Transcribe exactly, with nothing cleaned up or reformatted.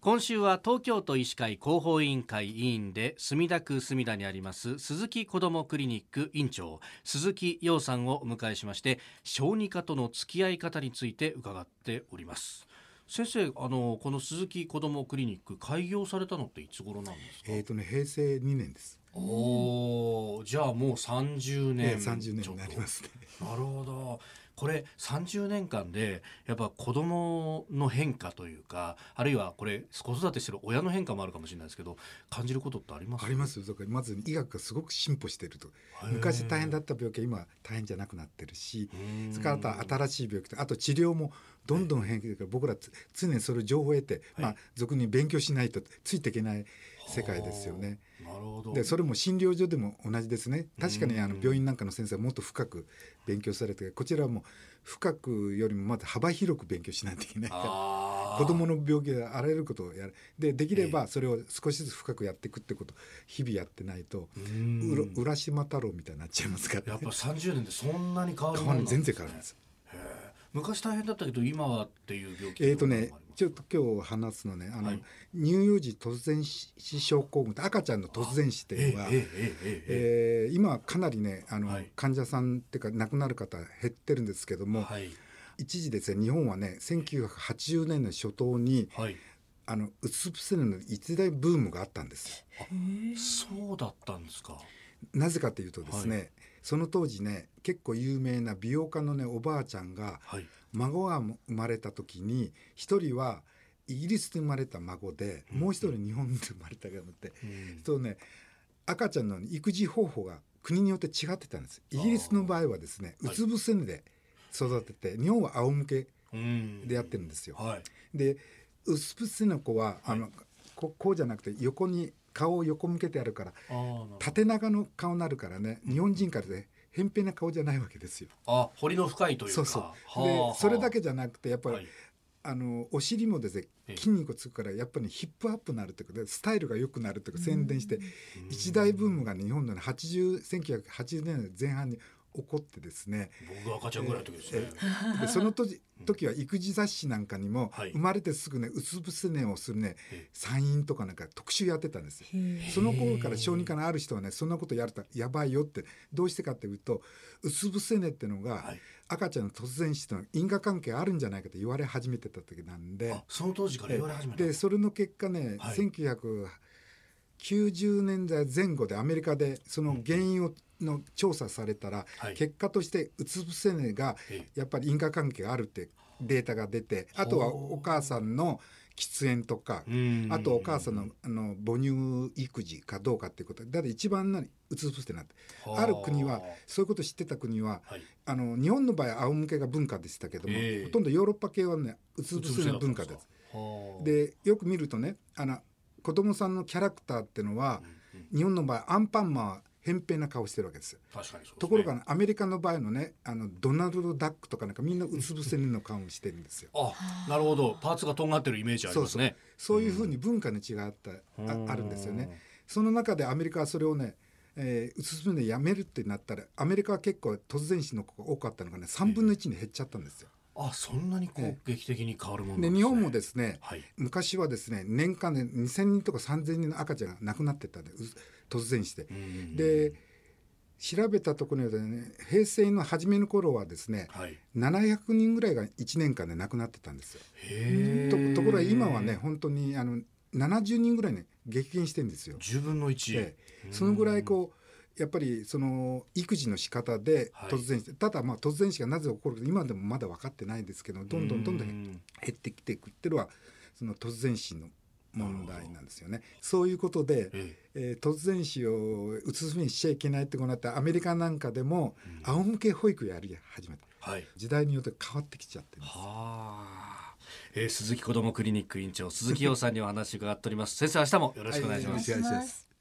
今週は東京都医師会広報委員会委員で墨田区墨田にあります鈴木こどもクリニック院長鈴木陽さんをお迎えしまして、小児科との付き合い方について伺っております。先生、あのこの鈴木こどもクリニック開業されたのっていつ頃なんですか？ えーとね、平成にねんです。 おー、じゃあもうさんじゅうねん、 えー、さんじゅうねんになりますね。 なるほど。これさんじゅうねんかんでやっぱ子どもの変化というか、あるいはこれ子育てしてる親の変化もあるかもしれないですけど、感じることってあります？ ありますよ。だからまず医学がすごく進歩していると。昔大変だった病気は今大変じゃなくなってるし、それからあと新しい病気と、あと治療もどんどん変化から僕らつ常にそれを情報を得て、はい、まあ、俗に勉強しないとついていけない世界ですよね。 なるほど。 でそれも診療所でも同じですね。確かにあの病院なんかの先生はもっと深く勉強されて、こちらはもう深くよりもまだ幅広く勉強しないといけないから子どもの病気があらゆることをやる。でできればそれを少しずつ深くやっていくってことを日々やってないとう浦島太郎みたいになっちゃいますから、ね、 やっぱさんじゅうねんでそんなに変わるものなんですね。 全然変わるんです。 昔大変だったけど今はっていう病気えーとねちょっと今日話すのね、あの、はい、乳幼児突然死症候群って赤ちゃんの突然死っていうのは、えーえーえー、今はかなりねあの、はい、患者さんっていうか亡くなる方減ってるんですけども、はい、一時ですね日本はねせんきゅうひゃくはちじゅうねんの初頭に、はい、あのうつ伏せ寝の一大ブームがあったんです。 あ、そうだったんですか。 なぜかというとですね、はい、その当時ね結構有名な美容家のねおばあちゃんが、はい、孫が生まれた時に一人はイギリスで生まれた孫で、うん、もう一人日本で生まれた孫って、うん、そうね赤ちゃんの育児方法が国によって違ってたんです。イギリスの場合はですねうつ伏せ寝で育てて、はい、日本は仰向けでやってるんですよ、うんはい、でうつ伏せの子は、はい、あの こ, こうじゃなくて横に顔を横向けてあるから縦長の顔になるからね、日本人からで扁平な顔じゃないわけですよ。 あ、彫りの深いというか。 そうそうでそれだけじゃなくてやっぱり、はい、あのお尻もですね筋肉つくからやっぱりヒップアップになるというかスタイルが良くなるというか宣伝して一大ブームが日本の、ね、せんきゅうひゃくはちじゅうねんだいぜん半に起こってですね、 僕赤ちゃんぐらいの時ですね、 えー、でその時時は育児雑誌なんかにも、はい、生まれてすぐねうつ伏せ寝をするね産院とかなんか特集やってたんですよ。その頃から小児科のある人はねそんなことやるとやばいよって、どうしてかっていうとうつ伏せ寝ってのが、はい、赤ちゃんの突然死との因果関係あるんじゃないかと言われ始めてた時なんで、 あ、その当時から言われ始めた。 でそれの結果ね、はい、せんきゅうひゃくきゅうじゅうねんだいぜん後でアメリカでその原因をの調査されたら、はい、結果としてうつ伏せ寝がやっぱり因果関係があるってデータが出て、あとはお母さんの喫煙とか、あとお母さん の, あの母乳育児かどうかっていうことだって一番何うつ伏せになって、ある国はそういうことを知ってた国は、はい、あの日本の場合は仰向けが文化でしたけども、ほとんどヨーロッパ系はねうつ伏せの文化です。でよく見るとねあの子供さんのキャラクターっていうのは、うんうん、日本の場合アンパンマンは扁平な顔してるわけですよ。 確かにそうですね。 ところがアメリカの場合のねあのドナルド・ダックとかなんかみんなうつ伏せの顔をしてるんですよ。 あ、なるほど。パーツがとんがってるイメージありますね。 そうそう、そういうふうに文化の違いがあった、うん、あ, あるんですよね。その中でアメリカはそれをね、えー、うつ伏せでやめるってなったらアメリカは結構突然死の子が多かったのがねさんぶんのいちに減っちゃったんですよ。 あ、そんなにこう、えー、劇的に変わるものなんですね。 で日本もですね、はい、昔はですね年間でにせんにんとかさんぜんにんの赤ちゃんが亡くなってたんで突然して、で調べたところによるとね平成の初めの頃はですね、はい、ななひゃくにんぐらいがいちねんかんで亡くなってたんですよ。へー。 と, ところが今はね本当にあのななじゅうにんぐらいね激減してるんですよ。 じゅうぶんのいち。 でそのぐらいこうやっぱりその育児の仕方で突然して、はい、ただまあ突然死がなぜ起こるか今でもまだ分かってないんですけどどんどんどんどん減ってきていくっていうのはその突然死の問題なんですよね。そういうことで、えええー、突然死をうつ伏せにしちゃいけないってこうなってアメリカなんかでも仰向け保育やり始めた、はい、時代によって変わってきちゃってるんです。 はあ、えー、鈴木こどもクリニック院長鈴木陽さんにお話を伺っております。先生、明日もよろしくお願いします。 はい、お願いします。